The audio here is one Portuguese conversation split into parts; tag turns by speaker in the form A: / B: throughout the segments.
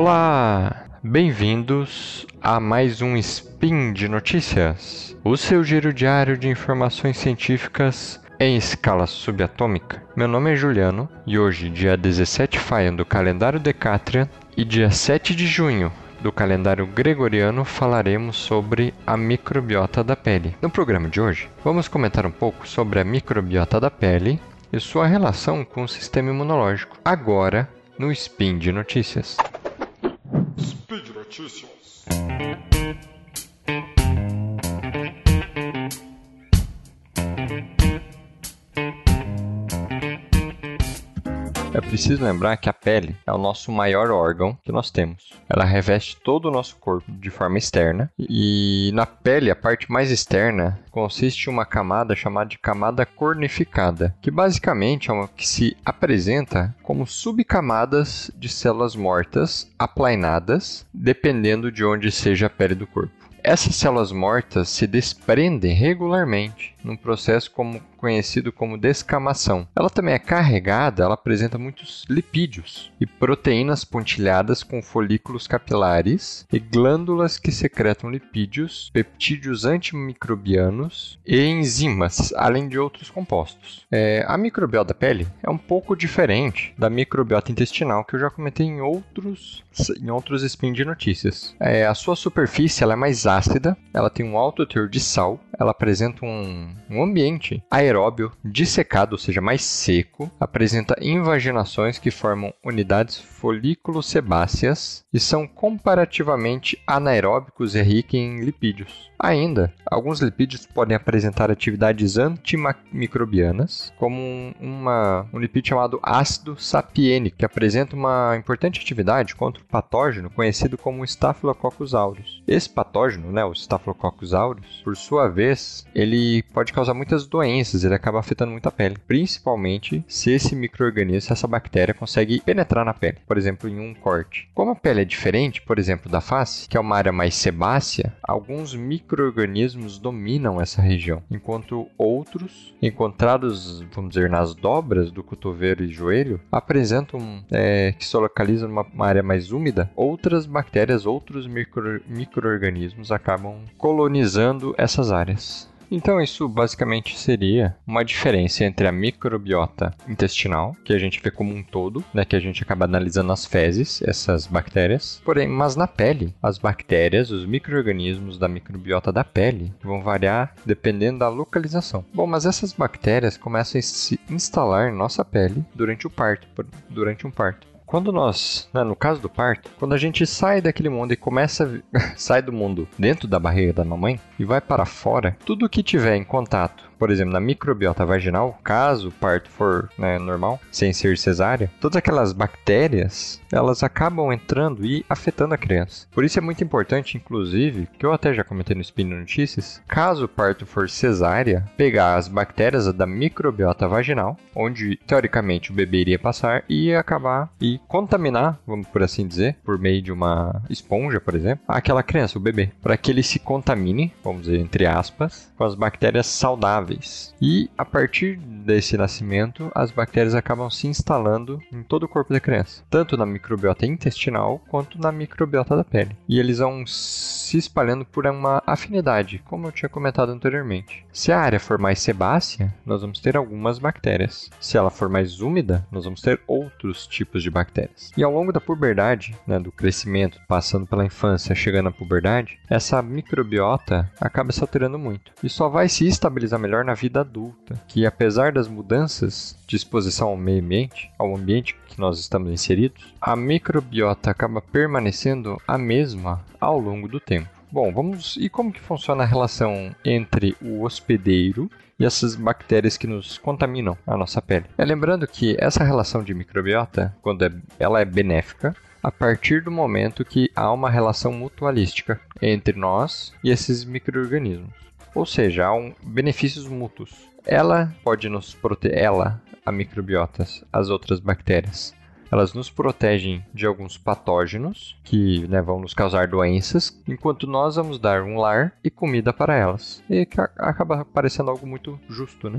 A: Olá! Bem-vindos a mais um Spin de Notícias, o seu giro diário de informações científicas em escala subatômica. Meu nome é Juliano e hoje, dia 17 Faian do calendário Decatrian e dia 7 de junho do calendário gregoriano, falaremos sobre a microbiota da pele. No programa de hoje, vamos comentar um pouco sobre a microbiota da pele e sua relação com o sistema imunológico. Agora, no Spin de Notícias.
B: Speed Notícias.
A: É preciso lembrar que a pele é o nosso maior órgão que nós temos. Ela reveste todo o nosso corpo de forma externa e na pele, a parte mais externa, consiste em uma camada chamada de camada cornificada, que basicamente é uma que se apresenta como subcamadas de células mortas aplainadas, dependendo de onde seja a pele do corpo. Essas células mortas se desprendem regularmente num processo conhecido como descamação. Ela também é carregada, ela apresenta muitos lipídios e proteínas pontilhadas com folículos capilares e glândulas que secretam lipídios, peptídeos antimicrobianos e enzimas, além de outros compostos. A microbiota da pele é um pouco diferente da microbiota intestinal, que eu já comentei em outros spin de notícias. A sua superfície ela é mais ácida, ela tem um alto teor de sal, ela apresenta um ambiente aeróbio dissecado, ou seja, mais seco, apresenta invaginações que formam unidades folículo-sebáceas e são comparativamente anaeróbicos e ricos em lipídios. Ainda, alguns lipídios podem apresentar atividades antimicrobianas, como um lipídio chamado ácido sapiênico, que apresenta uma importante atividade contra o patógeno conhecido como Staphylococcus aureus. Esse patógeno, o Staphylococcus aureus, por sua vez, ele pode causar muitas doenças, ele acaba afetando muito a pele, principalmente se esse micro-organismo, se essa bactéria consegue penetrar na pele, por exemplo, em um corte. Como a pele é diferente, por exemplo, da face, que é uma área mais sebácea, alguns micro-organismos dominam essa região, enquanto outros, encontrados, vamos dizer, nas dobras do cotovelo e joelho, apresentam, que se localizam numa área mais úmida, outras bactérias, outros micro-organismos acabam colonizando essas áreas. Então isso basicamente seria uma diferença entre a microbiota intestinal, que a gente vê como um todo, que a gente acaba analisando nas fezes, essas bactérias. Porém, mas na pele, as bactérias, os micro-organismos da microbiota da pele vão variar dependendo da localização. Bom, mas essas bactérias começam a se instalar em nossa pele durante um parto. Quando nós, no caso do parto, quando a gente sai daquele mundo e sai do mundo dentro da barriga da mamãe e vai para fora, tudo que tiver em contato, por exemplo, na microbiota vaginal, caso o parto for normal, sem ser cesárea, todas aquelas bactérias, elas acabam entrando e afetando a criança. Por isso é muito importante, inclusive, que eu até já comentei no Spin de Notícias, caso o parto for cesárea, pegar as bactérias da microbiota vaginal, onde teoricamente o bebê iria passar, e acabar e contaminar, vamos por assim dizer, por meio de uma esponja, por exemplo, aquela criança, o bebê, para que ele se contamine, vamos dizer, entre aspas, com as bactérias saudáveis. E a partir desse nascimento, as bactérias acabam se instalando em todo o corpo da criança, tanto na microbiota intestinal quanto na microbiota da pele. E eles vão se espalhando por uma afinidade, como eu tinha comentado anteriormente. Se a área for mais sebácea, nós vamos ter algumas bactérias. Se ela for mais úmida, nós vamos ter outros tipos de bactérias. E ao longo da puberdade, do crescimento, passando pela infância, chegando à puberdade, essa microbiota acaba se alterando muito. E só vai se estabilizar melhor na vida adulta, que apesar das mudanças de exposição ao meio ambiente, ao ambiente que nós estamos inseridos, a microbiota acaba permanecendo a mesma ao longo do tempo. Bom, e como que funciona a relação entre o hospedeiro e essas bactérias que nos contaminam a nossa pele? Lembrando que essa relação de microbiota, quando ela é benéfica, a partir do momento que há uma relação mutualística entre nós e esses micro-organismos. Ou seja, há benefícios mútuos. Ela pode nos proteger, a microbiota, as outras bactérias. Elas nos protegem de alguns patógenos que vão nos causar doenças, enquanto nós vamos dar um lar e comida para elas. E que acaba parecendo algo muito justo,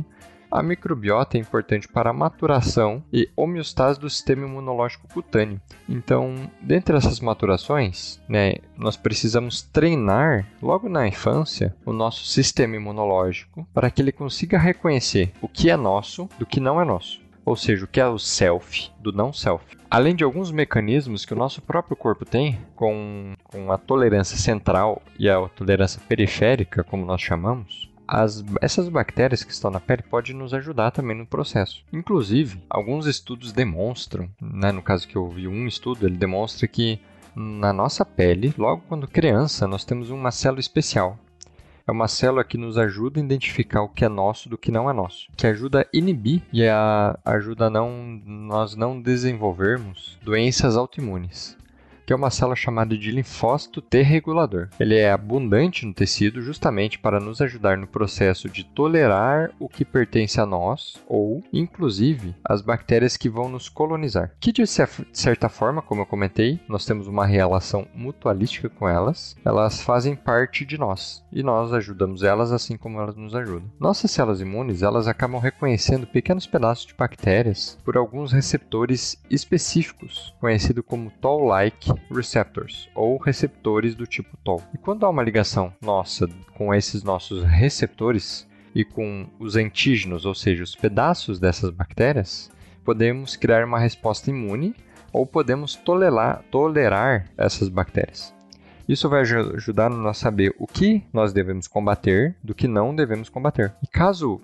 A: A microbiota é importante para a maturação e homeostase do sistema imunológico cutâneo. Então, dentre essas maturações, nós precisamos treinar, logo na infância, o nosso sistema imunológico para que ele consiga reconhecer o que é nosso do que não é nosso. Ou seja, o que é o self do não self. Além de alguns mecanismos que o nosso próprio corpo tem, com a tolerância central e a tolerância periférica, como nós chamamos, essas bactérias que estão na pele podem nos ajudar também no processo. Inclusive, alguns estudos demonstram, no caso que eu vi um estudo, ele demonstra que na nossa pele, logo quando criança, nós temos uma célula especial. É uma célula que nos ajuda a identificar o que é nosso do que não é nosso, que ajuda a inibir e ajuda a nós não desenvolvermos doenças autoimunes, que é uma célula chamada de linfócito T regulador. Ele é abundante no tecido justamente para nos ajudar no processo de tolerar o que pertence a nós ou, inclusive, as bactérias que vão nos colonizar. Que, de certa forma, como eu comentei, nós temos uma relação mutualística com elas. Elas fazem parte de nós e nós ajudamos elas assim como elas nos ajudam. Nossas células imunes, elas acabam reconhecendo pequenos pedaços de bactérias por alguns receptores específicos, conhecidos como Toll-like receptors, ou receptores do tipo Toll. E quando há uma ligação nossa com esses nossos receptores e com os antígenos, ou seja, os pedaços dessas bactérias, podemos criar uma resposta imune ou podemos tolerar essas bactérias. Isso vai ajudar-nos a saber o que nós devemos combater do que não devemos combater. E caso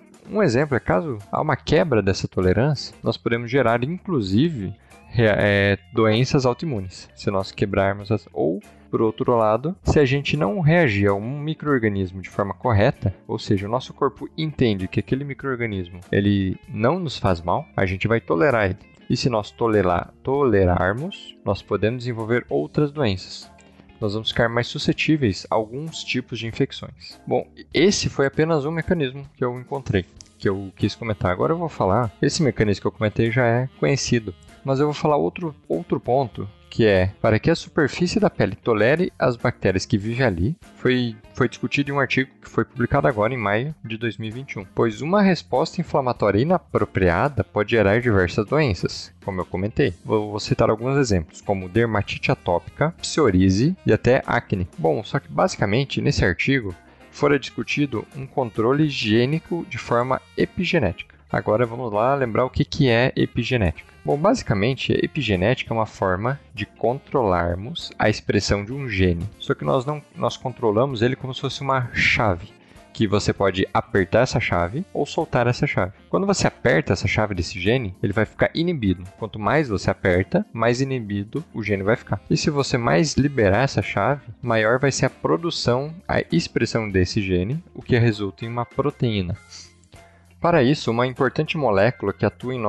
A: há uma quebra dessa tolerância, nós podemos gerar, inclusive, doenças autoimunes, se nós quebrarmos ou, por outro lado, se a gente não reagir a um micro-organismo de forma correta, ou seja, o nosso corpo entende que aquele micro-organismo ele não nos faz mal, a gente vai tolerar ele. E se nós tolerarmos, nós podemos desenvolver outras doenças. Nós vamos ficar mais suscetíveis a alguns tipos de infecções. Bom, esse foi apenas um mecanismo que eu encontrei, que eu quis comentar. Agora eu vou falar, esse mecanismo que eu comentei já é conhecido, mas eu vou falar outro ponto, que é, para que a superfície da pele tolere as bactérias que vivem ali, foi discutido em um artigo que foi publicado agora em maio de 2021, pois uma resposta inflamatória inapropriada pode gerar diversas doenças, como eu comentei. Vou citar alguns exemplos, como dermatite atópica, psoríase e até acne. Bom, só que basicamente nesse artigo fora discutido um controle higiênico de forma epigenética. Agora vamos lá lembrar o que é epigenética. Bom, basicamente, a epigenética é uma forma de controlarmos a expressão de um gene. Só que nós controlamos ele como se fosse uma chave, que você pode apertar essa chave ou soltar essa chave. Quando você aperta essa chave desse gene, ele vai ficar inibido. Quanto mais você aperta, mais inibido o gene vai ficar. E se você mais liberar essa chave, maior vai ser a expressão desse gene, o que resulta em uma proteína. Para isso, uma importante molécula que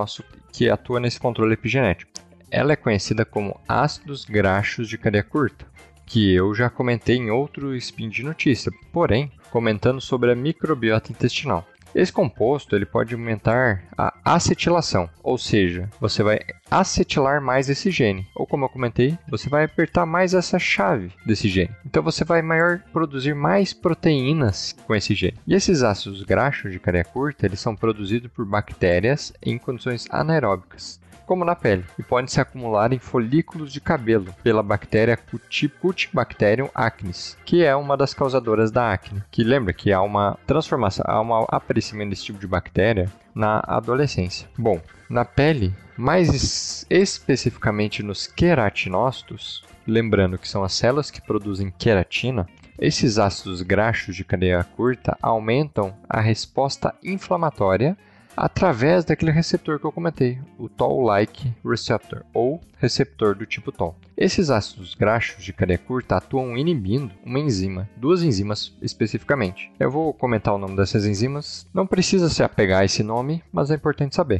A: atua nesse controle epigenético. Ela é conhecida como ácidos graxos de cadeia curta, que eu já comentei em outro spin de notícia, porém, comentando sobre a microbiota intestinal. Esse composto ele pode aumentar a acetilação, ou seja, você vai acetilar mais esse gene. Ou como eu comentei, você vai apertar mais essa chave desse gene. Então você vai produzir mais proteínas com esse gene. E esses ácidos graxos de cadeia curta, eles são produzidos por bactérias em condições anaeróbicas, como na pele, e podem se acumular em folículos de cabelo pela bactéria Cutibacterium acnes, que é uma das causadoras da acne. Que lembra que há uma transformação, há um aparecimento desse tipo de bactéria na adolescência. Bom, na pele, mais especificamente nos queratinócitos, lembrando que são as células que produzem queratina, esses ácidos graxos de cadeia curta aumentam a resposta inflamatória através daquele receptor que eu comentei, o Toll-like receptor, ou receptor do tipo Toll. Esses ácidos graxos de cadeia curta atuam inibindo uma enzima, duas enzimas especificamente. Eu vou comentar o nome dessas enzimas, não precisa se apegar a esse nome, mas é importante saber.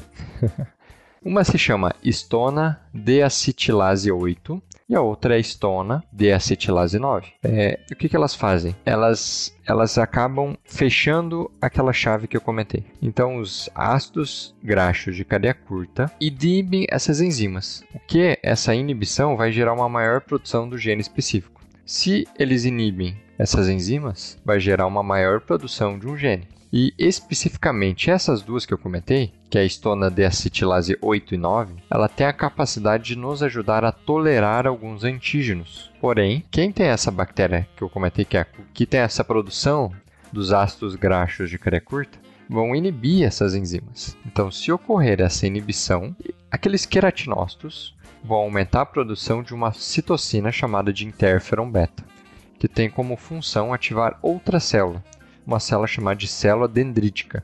A: Uma se chama histona deacetilase 8 e a outra é histona deacetilase 9. O que elas fazem? Elas acabam fechando aquela chave que eu comentei. Então, os ácidos graxos de cadeia curta inibem essas enzimas. O que essa inibição vai gerar uma maior produção do gene específico. Se eles inibem essas enzimas, vai gerar uma maior produção de um gene. E especificamente essas duas que eu comentei, que é a histona deacetilase 8 e 9, ela tem a capacidade de nos ajudar a tolerar alguns antígenos. Porém, quem tem essa bactéria que eu comentei, que tem essa produção dos ácidos graxos de cadeia curta, vão inibir essas enzimas. Então, se ocorrer essa inibição, aqueles queratinócitos vão aumentar a produção de uma citocina chamada de interferon beta, que tem como função ativar outra célula, uma célula chamada de célula dendrítica.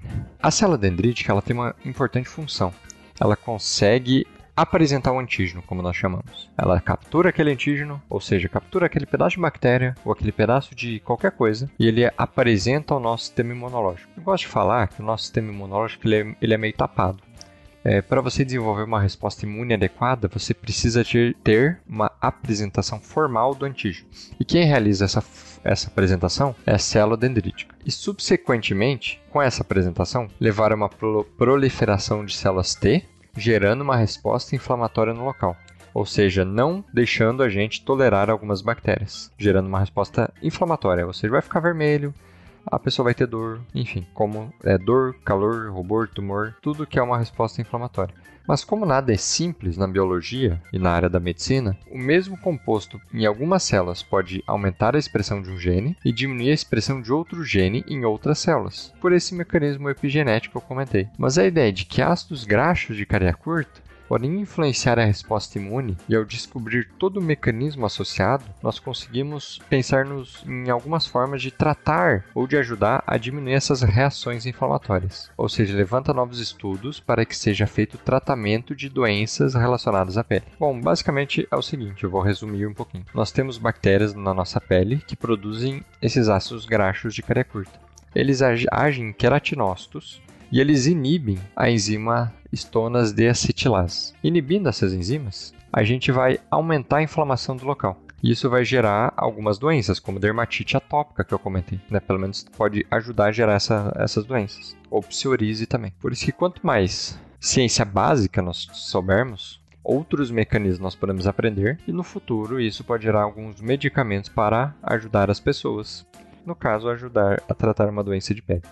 A: A célula dendrítica ela tem uma importante função. Ela consegue apresentar um antígeno, como nós chamamos. Ela captura aquele antígeno, ou seja, captura aquele pedaço de bactéria ou aquele pedaço de qualquer coisa e ele apresenta ao nosso sistema imunológico. Eu gosto de falar que o nosso sistema imunológico ele é meio tapado. Para você desenvolver uma resposta imune adequada, você precisa ter uma apresentação formal do antígeno. E quem realiza essa apresentação é a célula dendrítica. E, subsequentemente, com essa apresentação, levar a uma proliferação de células T, gerando uma resposta inflamatória no local. Ou seja, não deixando a gente tolerar algumas bactérias, gerando uma resposta inflamatória. Ou seja, vai ficar vermelho, a pessoa vai ter dor, enfim, como dor, calor, rubor, tumor, tudo que é uma resposta inflamatória. Mas como nada é simples na biologia e na área da medicina, o mesmo composto em algumas células pode aumentar a expressão de um gene e diminuir a expressão de outro gene em outras células, por esse mecanismo epigenético que eu comentei. Mas a ideia de que ácidos graxos de cadeia curta podem influenciar a resposta imune e ao descobrir todo o mecanismo associado, nós conseguimos pensar em algumas formas de tratar ou de ajudar a diminuir essas reações inflamatórias. Ou seja, levanta novos estudos para que seja feito o tratamento de doenças relacionadas à pele. Bom, basicamente é o seguinte, eu vou resumir um pouquinho. Nós temos bactérias na nossa pele que produzem esses ácidos graxos de cadeia curta. Eles agem em queratinócitos e eles inibem a enzima histonas deacetilase. Inibindo essas enzimas, a gente vai aumentar a inflamação do local. E isso vai gerar algumas doenças, como dermatite atópica, que eu comentei. Pelo menos pode ajudar a gerar essas doenças. Ou psoríase também. Por isso que quanto mais ciência básica nós soubermos, outros mecanismos nós podemos aprender. E no futuro isso pode gerar alguns medicamentos para ajudar as pessoas. No caso, ajudar a tratar uma doença de pele.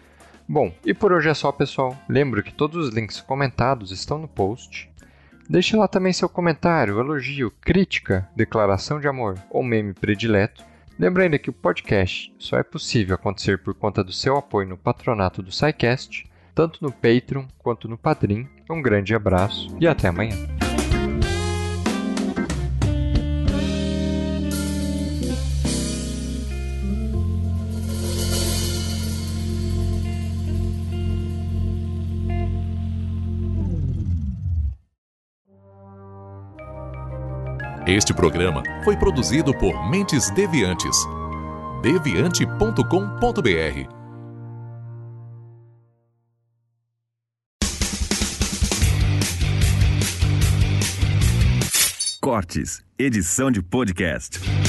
A: Bom, e por hoje é só, pessoal. Lembro que todos os links comentados estão no post. Deixe lá também seu comentário, elogio, crítica, declaração de amor ou meme predileto. Lembrando que o podcast só é possível acontecer por conta do seu apoio no patronato do SciCast, tanto no Patreon quanto no Padrim. Um grande abraço e até amanhã.
C: Este programa foi produzido por Mentes Deviantes. deviante.com.br.
D: Cortes, edição de podcast.